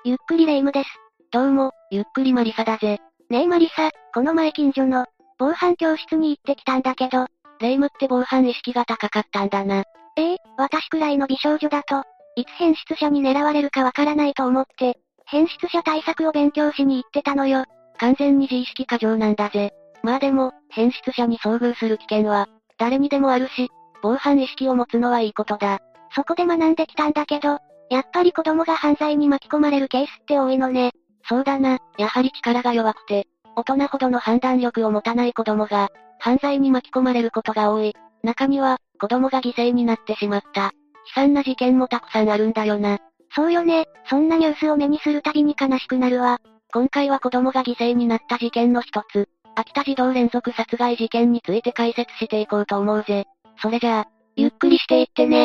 ゆっくりレ夢ムです。 どうも、ゆっくりマリサだぜ。 ねえマリサ、この前近所の、防犯教室に行ってきたんだけど、 レ夢ムって防犯意識が高かったんだな。 私くらいの美少女だと、いつ変質者に狙われるかわからないと思って、変質者対策を勉強しに行ってたのよ。 完全に自意識過剰なんだぜ。まあでも、変質者に遭遇する危険は、誰にでもあるし、防犯意識を持つのはいいことだ。 そこで学んできたんだけど、やっぱり子供が犯罪に巻き込まれるケースって多いのね。 そうだな、やはり力が弱くて、大人ほどの判断力を持たない子供が、犯罪に巻き込まれることが多い。中には、子供が犠牲になってしまった。悲惨な事件もたくさんあるんだよな。 そうよね、そんなニュースを目にするたびに悲しくなるわ。 今回は子供が犠牲になった事件の一つ、秋田児童連続殺害事件について解説していこうと思うぜ。それじゃあ、 ゆっくりしていってね。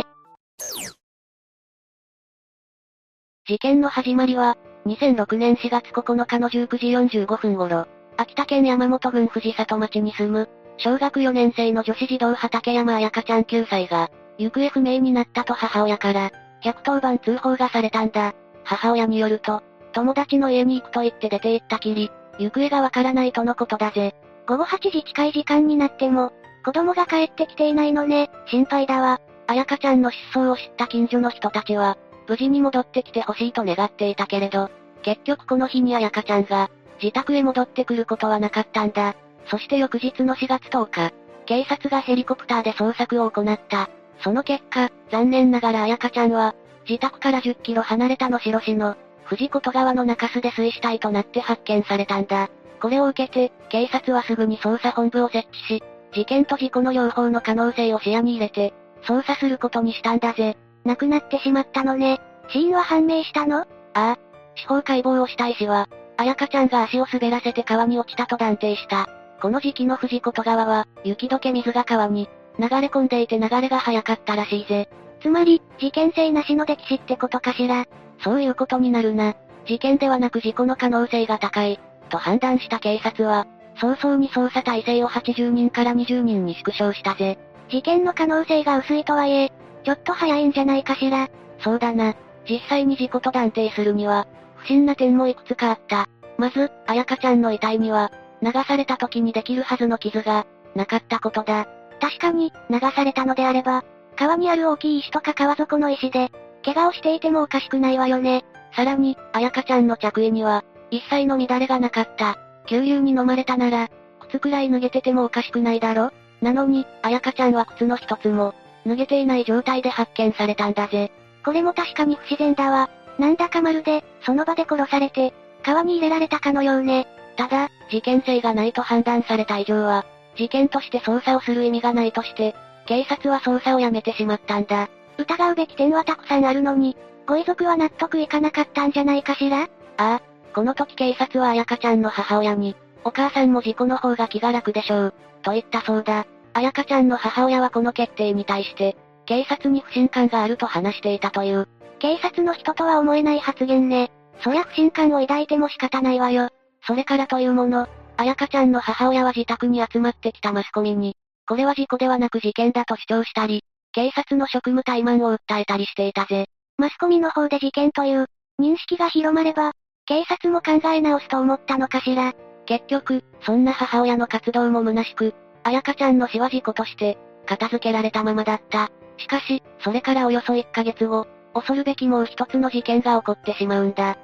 事件の始まりは、2006年4月9日の19時45分頃、秋田県山本郡藤里町に住む、小学4年生の女子児童畠山彩香ちゃん9歳が、行方不明になったと母親から、110番通報がされたんだ。母親によると、友達の家に行くと言って出て行ったきり、行方がわからないとのことだぜ。 午後8時近い時間になっても、子供が帰ってきていないのね、心配だわ。 彩香ちゃんの失踪を知った近所の人たちは、無事に戻ってきてほしいと願っていたけれど、結局この日に彩香ちゃんが、自宅へ戻ってくることはなかったんだ。そして翌日の4月10日、警察がヘリコプターで捜索を行った。その結果、残念ながら彩香ちゃんは、自宅から10キロ離れた能代市の、藤琴川の中州で水死体となって発見されたんだ。これを受けて、警察はすぐに捜査本部を設置し、事件と事故の両方の可能性を視野に入れて、捜査することにしたんだぜ。 亡くなってしまったのね。死因は判明したの？ ああ。司法解剖をした医師は、彩香ちゃんが足を滑らせて川に落ちたと断定した。この時期の藤琴川は、雪解け水が川に流れ込んでいて流れが早かったらしいぜ。 つまり、事件性なしの溺死ってことかしら。 そういうことになるな。事件ではなく事故の可能性が高い、と判断した警察は、早々に捜査体制を80人から20人に縮小したぜ。 事件の可能性が薄いとはいえ、ちょっと早いんじゃないかしら。 そうだな。実際に事故と断定するには、不審な点もいくつかあった。まず、彩香ちゃんの遺体には、流された時にできるはずの傷が、なかったことだ。 確かに、流されたのであれば、川にある大きい石とか川底の石で、怪我をしていてもおかしくないわよね。 さらに、彩香ちゃんの着衣には、一切の乱れがなかった。急流に飲まれたなら、靴くらい脱げててもおかしくないだろ？なのに、彩香ちゃんは靴の一つも、脱げていない状態で発見されたんだぜ。 これも確かに不自然だわ。なんだかまるで、その場で殺されて、川に入れられたかのようね。 ただ、事件性がないと判断された以上は、事件として捜査をする意味がないとして、警察は捜査をやめてしまったんだ。 疑うべき点はたくさんあるのに、ご遺族は納得いかなかったんじゃないかしら？ ああ、この時警察は彩香ちゃんの母親に、お母さんも事故の方が気が楽でしょう、と言ったそうだ。彩香ちゃんの母親はこの決定に対して、警察に不信感があると話していたという。 警察の人とは思えない発言ね。そりゃ不信感を抱いても仕方ないわよ。 それからというもの、彩香ちゃんの母親は自宅に集まってきたマスコミに、これは事故ではなく事件だと主張したり、警察の職務怠慢を訴えたりしていたぜ。 マスコミの方で事件という、認識が広まれば、警察も考え直すと思ったのかしら。 結局、そんな母親の活動も虚しく、彩香ちゃんの死は事故として、片付けられたままだった。しかし、それからおよそ1ヶ月後、恐るべきもう一つの事件が起こってしまうんだ。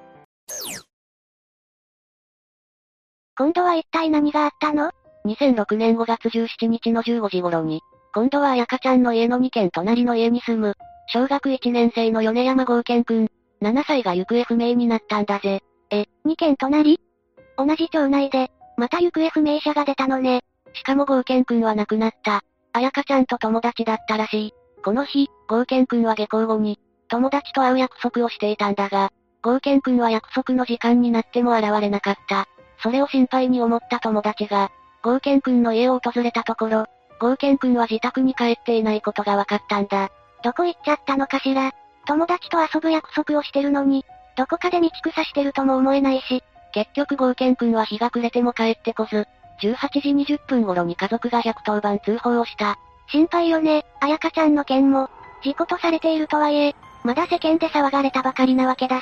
今度は一体何があったの？ 2006年5月17日の15時頃に、今度は彩香ちゃんの家の2軒隣の家に住む、小学1年生の米山剛健くん、7歳が行方不明になったんだぜ。 2軒隣？同じ町内で、また行方不明者が出たのね。 しかも剛健くんは亡くなった。彩香ちゃんと友達だったらしい。この日、剛健くんは下校後に、友達と会う約束をしていたんだが、剛健くんは約束の時間になっても現れなかった。それを心配に思った友達が、剛健くんの家を訪れたところ、剛健くんは自宅に帰っていないことが分かったんだ。 どこ行っちゃったのかしら。友達と遊ぶ約束をしてるのに、どこかで道草してるとも思えないし、 結局剛健くんは日が暮れても帰ってこず、18時20分頃に家族が110番通報をした。 心配よね、彩香ちゃんの件も、事故とされているとはいえ、まだ世間で騒がれたばかりなわけだし、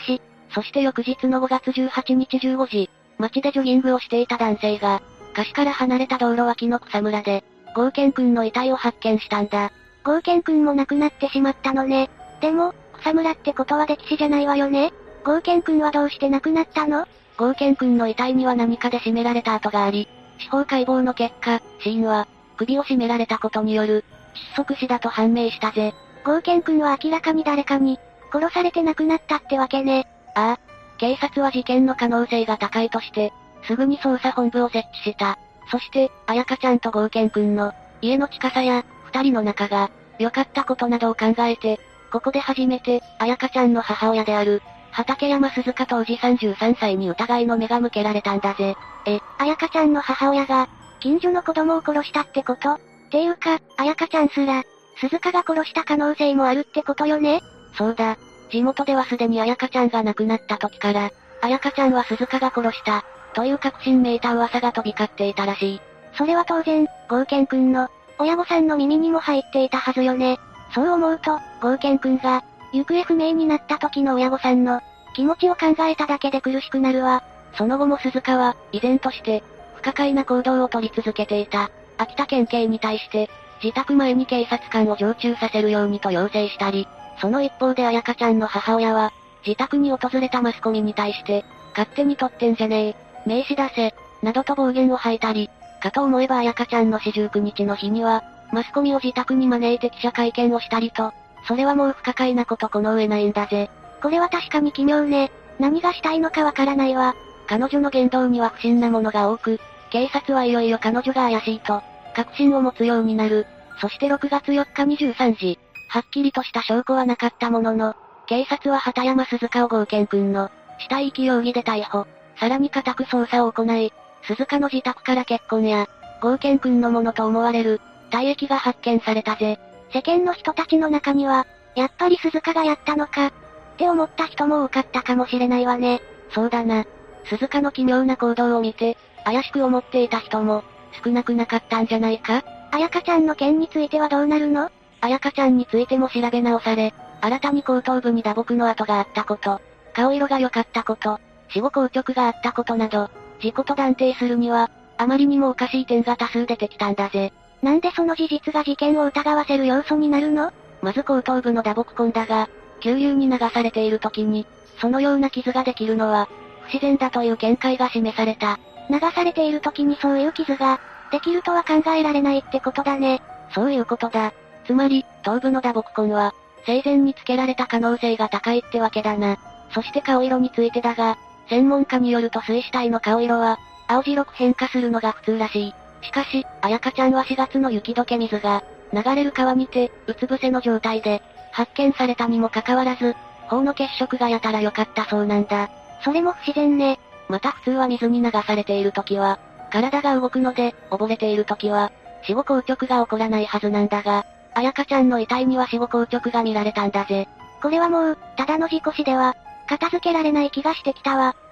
そして翌日の5月18日15時、街でジョギングをしていた男性が、河岸から離れた道路脇の草むらで、ゴーケン君の遺体を発見したんだ。 ゴーケン君も亡くなってしまったのね。でも、草むらってことは溺死じゃないわよね。ゴーケン君はどうして亡くなったの？ ゴーケン君の遺体には何かで絞められた跡があり、司法解剖の結果、死因は、首を絞められたことによる、窒息死だと判明したぜ。 ゴーケン君は明らかに誰かに、殺されて亡くなったってわけね。 ああ。警察は事件の可能性が高いとして、すぐに捜査本部を設置した。そして、彩香ちゃんとゴーケン君の、家の近さや、二人の仲が、良かったことなどを考えて、ここで初めて、彩香ちゃんの母親である、畠山鈴鹿当時33歳に疑いの目が向けられたんだぜ。 彩香ちゃんの母親が、近所の子供を殺したってこと？っていうか、彩香ちゃんすら、鈴鹿が殺した可能性もあるってことよね？ そうだ。地元ではすでに彩香ちゃんが亡くなった時から、彩香ちゃんは鈴鹿が殺した、という確信めいた噂が飛び交っていたらしい。 それは当然、ゴーケン君の、親御さんの耳にも入っていたはずよね。そう思うと、ゴーケン君が、行方不明になった時の親御さんの、気持ちを考えただけで苦しくなるわ。 その後も鈴鹿は、依然として、不可解な行動を取り続けていた。秋田県警に対して、自宅前に警察官を常駐させるようにと要請したり、その一方で彩香ちゃんの母親は、自宅に訪れたマスコミに対して、勝手に撮ってんじゃねえ、名刺出せ、などと暴言を吐いたり、かと思えば彩香ちゃんの四19日の日には、マスコミを自宅に招いて記者会見をしたりと、それはもう不可解なことこの上ないんだぜ。 これは確かに奇妙ね。何がしたいのかわからないわ。 彼女の言動には不審なものが多く、警察はいよいよ彼女が怪しいと、確信を持つようになる。そして6月4日23時、はっきりとした証拠はなかったものの、警察は畑山鈴鹿をゴーケン君の死体遺棄容疑で逮捕。さらに家宅捜査を行い、鈴鹿の自宅から血痕や、ゴーケン君のものと思われる体液が発見されたぜ。 世間の人たちの中には、やっぱり鈴鹿がやったのか、って思った人も多かったかもしれないわね。 そうだな。鈴鹿の奇妙な行動を見て、怪しく思っていた人も、少なくなかったんじゃないか？ 彩香ちゃんの件についてはどうなるの？ 彩香ちゃんについても調べ直され、新たに後頭部に打撲の跡があったこと、顔色が良かったこと、死後硬直があったことなど、事故と断定するには、あまりにもおかしい点が多数出てきたんだぜ。 なんでその事実が事件を疑わせる要素になるの？ まず後頭部の打撲痕だが、急流に流されている時に、そのような傷ができるのは、不自然だという見解が示された。 流されている時にそういう傷が、できるとは考えられないってことだね。 そういうことだ。つまり、頭部の打撲痕は、生前につけられた可能性が高いってわけだな。そして顔色についてだが、専門家によると水死体の顔色は、青白く変化するのが普通らしい。しかし、彩香ちゃんは4月の雪解け水が、流れる川にて、うつ伏せの状態で、発見されたにもかかわらず、頬の血色がやたら良かったそうなんだ。 それも不自然ね。 また普通は水に流されている時は、体が動くので、溺れている時は、死後硬直が起こらないはずなんだが、彩香ちゃんの遺体には死後硬直が見られたんだぜ。 これはもう、ただの事故死では、片付けられない気がしてきたわ。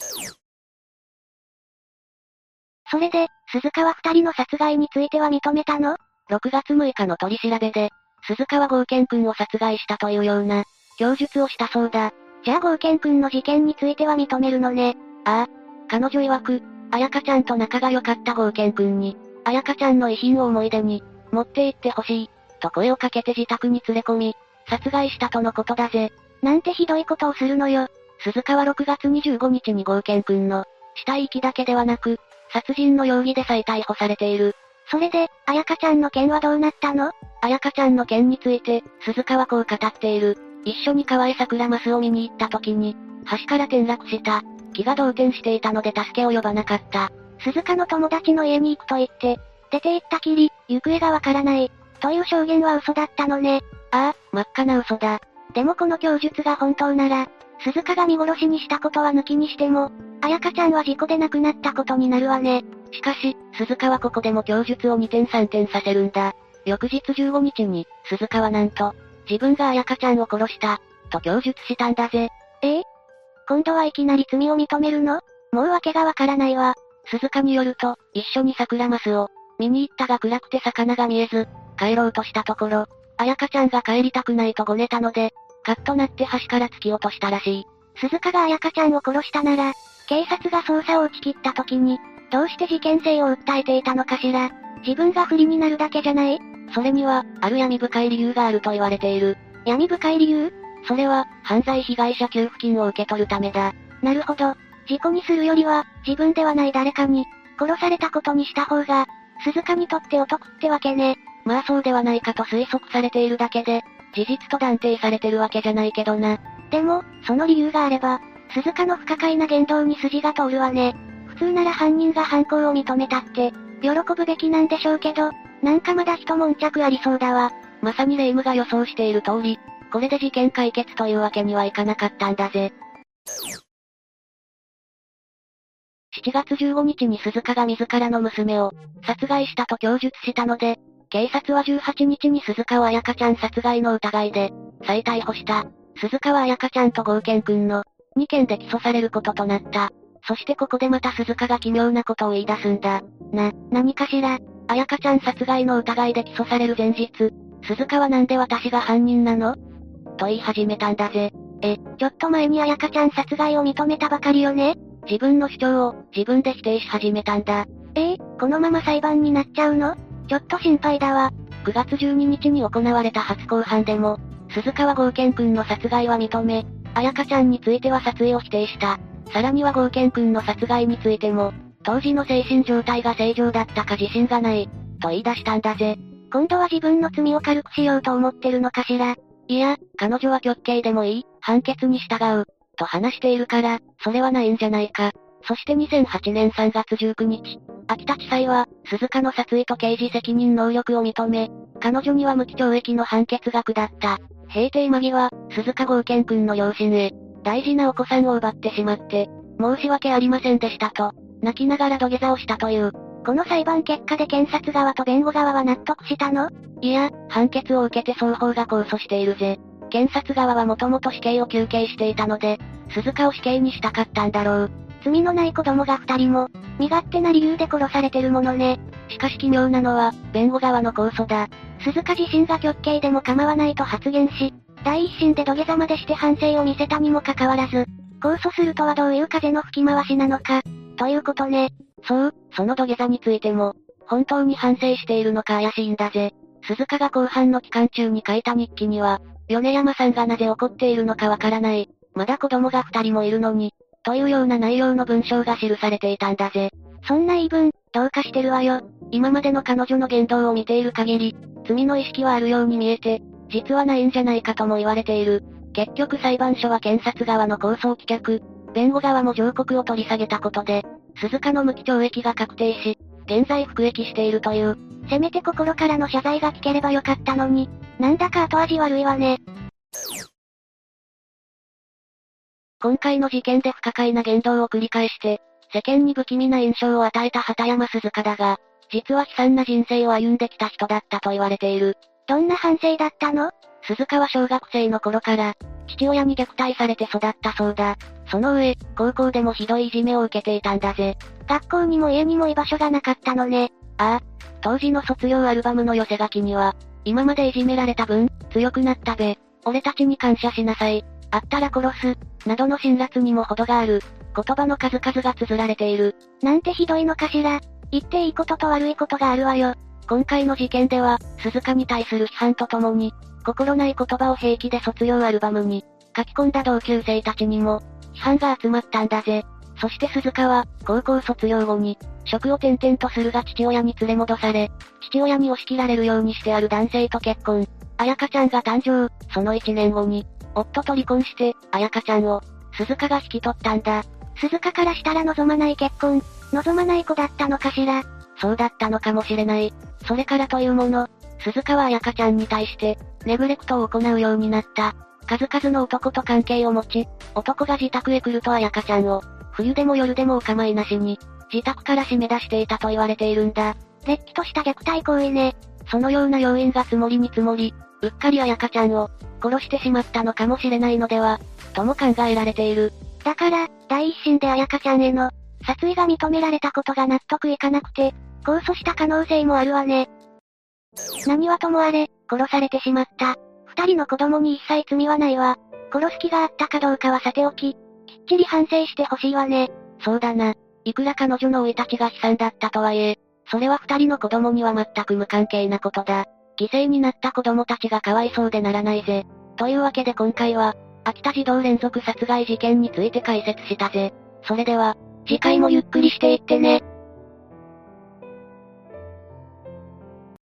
それで、鈴鹿は二人の殺害については認めたの？ 6 月6日の取り調べで、鈴鹿はゴーケン君を殺害したというような、供述をしたそうだ。 じゃあゴーケン君の事件については認めるのね。 ああ。彼女曰く、彩香ちゃんと仲が良かったゴーケン君に、彩香ちゃんの遺品を思い出に、持って行ってほしい、と声をかけて自宅に連れ込み、殺害したとのことだぜ。 なんてひどいことをするのよ。 鈴鹿は6月25日にゴーケン君の、死体遺棄だけではなく、殺人の容疑で再逮捕されている。 それで、彩香ちゃんの件はどうなったの？ 彩香ちゃんの件について、鈴鹿はこう語っている。一緒に川へ桜マスを見に行った時に、橋から転落した。気が動転していたので助けを呼ばなかった。 鈴鹿の友達の家に行くと言って、出て行ったきり、行方がわからない、という証言は嘘だったのね。 ああ、真っ赤な嘘だ。 でもこの供述が本当なら、鈴鹿が見殺しにしたことは抜きにしても、彩香ちゃんは事故で亡くなったことになるわね。 しかし、鈴鹿はここでも供述を2点3点させるんだ。翌日15日に、鈴鹿はなんと、自分が彩香ちゃんを殺した、と供述したんだぜ。 今度はいきなり罪を認めるの？もう訳がわからないわ。 鈴鹿によると、一緒に桜マスを、見に行ったが暗くて魚が見えず、帰ろうとしたところ、彩香ちゃんが帰りたくないとごねたので、カッとなって橋から突き落としたらしい。 鈴鹿が彩香ちゃんを殺したなら、警察が捜査を打ち切った時に、どうして事件性を訴えていたのかしら。自分が不利になるだけじゃない？ それには、ある闇深い理由があると言われている。 闇深い理由？ それは、犯罪被害者給付金を受け取るためだ。 なるほど。事故にするよりは、自分ではない誰かに、殺されたことにした方が、鈴鹿にとってお得ってわけね。 まあそうではないかと推測されているだけで、事実と断定されてるわけじゃないけどな。 でも、その理由があれば、鈴鹿の不可解な言動に筋が通るわね。普通なら犯人が犯行を認めたって、喜ぶべきなんでしょうけど、なんかまだ一悶着ありそうだわ。 まさに霊夢が予想している通り、これで事件解決というわけにはいかなかったんだぜ。7月15日に鈴鹿が自らの娘を殺害したと供述したので、警察は18日に鈴鹿を彩香ちゃん殺害の疑いで再逮捕した。鈴鹿は彩香ちゃんと豪健くんの2件で起訴されることとなった。そしてここでまた鈴鹿が奇妙なことを言い出すんだ。 何かしら。 彩香ちゃん殺害の疑いで起訴される前日、鈴鹿はなんで私が犯人なのと言い始めたんだぜ。 ちょっと前に彩香ちゃん殺害を認めたばかりよね。 自分の主張を自分で否定し始めたんだ。 このまま裁判になっちゃうの？ちょっと心配だわ。 9月12日に行われた初公判でも、鈴鹿は豪健くんの殺害は認め、彩香ちゃんについては殺意を否定した。さらには豪健くんの殺害についても、当時の精神状態が正常だったか自信がない、と言い出したんだぜ。 今度は自分の罪を軽くしようと思ってるのかしら。 いや、彼女は極刑でもいい、判決に従う、と話しているから、それはないんじゃないか。そして2008年3月19日、秋田地裁は、鈴鹿の殺意と刑事責任能力を認め、彼女には無期懲役の判決が下った。閉廷間際、鈴鹿豪健くんの両親へ、大事なお子さんを奪ってしまって、申し訳ありませんでしたと、泣きながら土下座をしたという。 この裁判結果で検察側と弁護側は納得したの？ いや、判決を受けて双方が控訴しているぜ。検察側はもともと死刑を求刑していたので、鈴鹿を死刑にしたかったんだろう。 罪のない子供が2人も、身勝手な理由で殺されてるものね。 しかし奇妙なのは、弁護側の控訴だ。 鈴鹿自身が極刑でも構わないと発言し、第一審で土下座までして反省を見せたにもかかわらず、控訴するとはどういう風の吹き回しなのか、ということね。 そう、その土下座についても、本当に反省しているのか怪しいんだぜ。鈴鹿が公判の期間中に書いた日記には、米山さんがなぜ怒っているのかわからない。まだ子供が2人もいるのに、というような内容の文章が記されていたんだぜ。 そんな言い分、どうかしてるわよ。 今までの彼女の言動を見ている限り、罪の意識はあるように見えて、実はないんじゃないかとも言われている。結局裁判所は検察側の控訴を棄却、弁護側も上告を取り下げたことで、鈴鹿の無期懲役が確定し、現在服役しているという。 せめて心からの謝罪が聞ければよかったのに、なんだか後味悪いわね。 今回の事件で不可解な言動を繰り返して、世間に不気味な印象を与えた畑山鈴鹿だが、実は悲惨な人生を歩んできた人だったと言われている。 どんな反省だったの？ 鈴鹿は小学生の頃から、父親に虐待されて育ったそうだ。その上、高校でもひどいいじめを受けていたんだぜ。 学校にも家にも居場所がなかったのね。 ああ、当時の卒業アルバムの寄せ書きには、今までいじめられた分、強くなったべ。俺たちに感謝しなさい。あったら殺す。などの辛辣にも程がある。言葉の数々が綴られている。 なんてひどいのかしら。言っていいことと悪いことがあるわよ。 今回の事件では、鈴鹿に対する批判とともに、心ない言葉を平気で卒業アルバムに、書き込んだ同級生たちにも、批判が集まったんだぜ。そして鈴鹿は、高校卒業後に、職を転々とするが父親に連れ戻され、父親に押し切られるようにしてある男性と結婚。彩香ちゃんが誕生、その1年後に、夫と離婚して、彩香ちゃんを、鈴鹿が引き取ったんだ。 鈴鹿からしたら望まない結婚、望まない子だったのかしら。 そうだったのかもしれない。それからというもの、鈴鹿は彩香ちゃんに対して、ネグレクトを行うようになった。数々の男と関係を持ち、男が自宅へ来ると彩香ちゃんを、冬でも夜でもお構いなしに、自宅から締め出していたと言われているんだ。 れっきとした虐待行為ね。 そのような要因が積もりに積もり、うっかり彩香ちゃんを、殺してしまったのかもしれないのでは、とも考えられている。 だから、第一審で彩香ちゃんへの、殺意が認められたことが納得いかなくて、控訴した可能性もあるわね。何はともあれ、殺されてしまった。2人の子供に一切罪はないわ。殺す気があったかどうかはさておき、 きっちり反省してほしいわね。 そうだな。いくら彼女の生い立ちが悲惨だったとはいえ、それは二人の子供には全く無関係なことだ。犠牲になった子供たちがかわいそうでならないぜ。というわけで今回は、秋田児童連続殺害事件について解説したぜ。それでは、次回もゆっくりしていってね。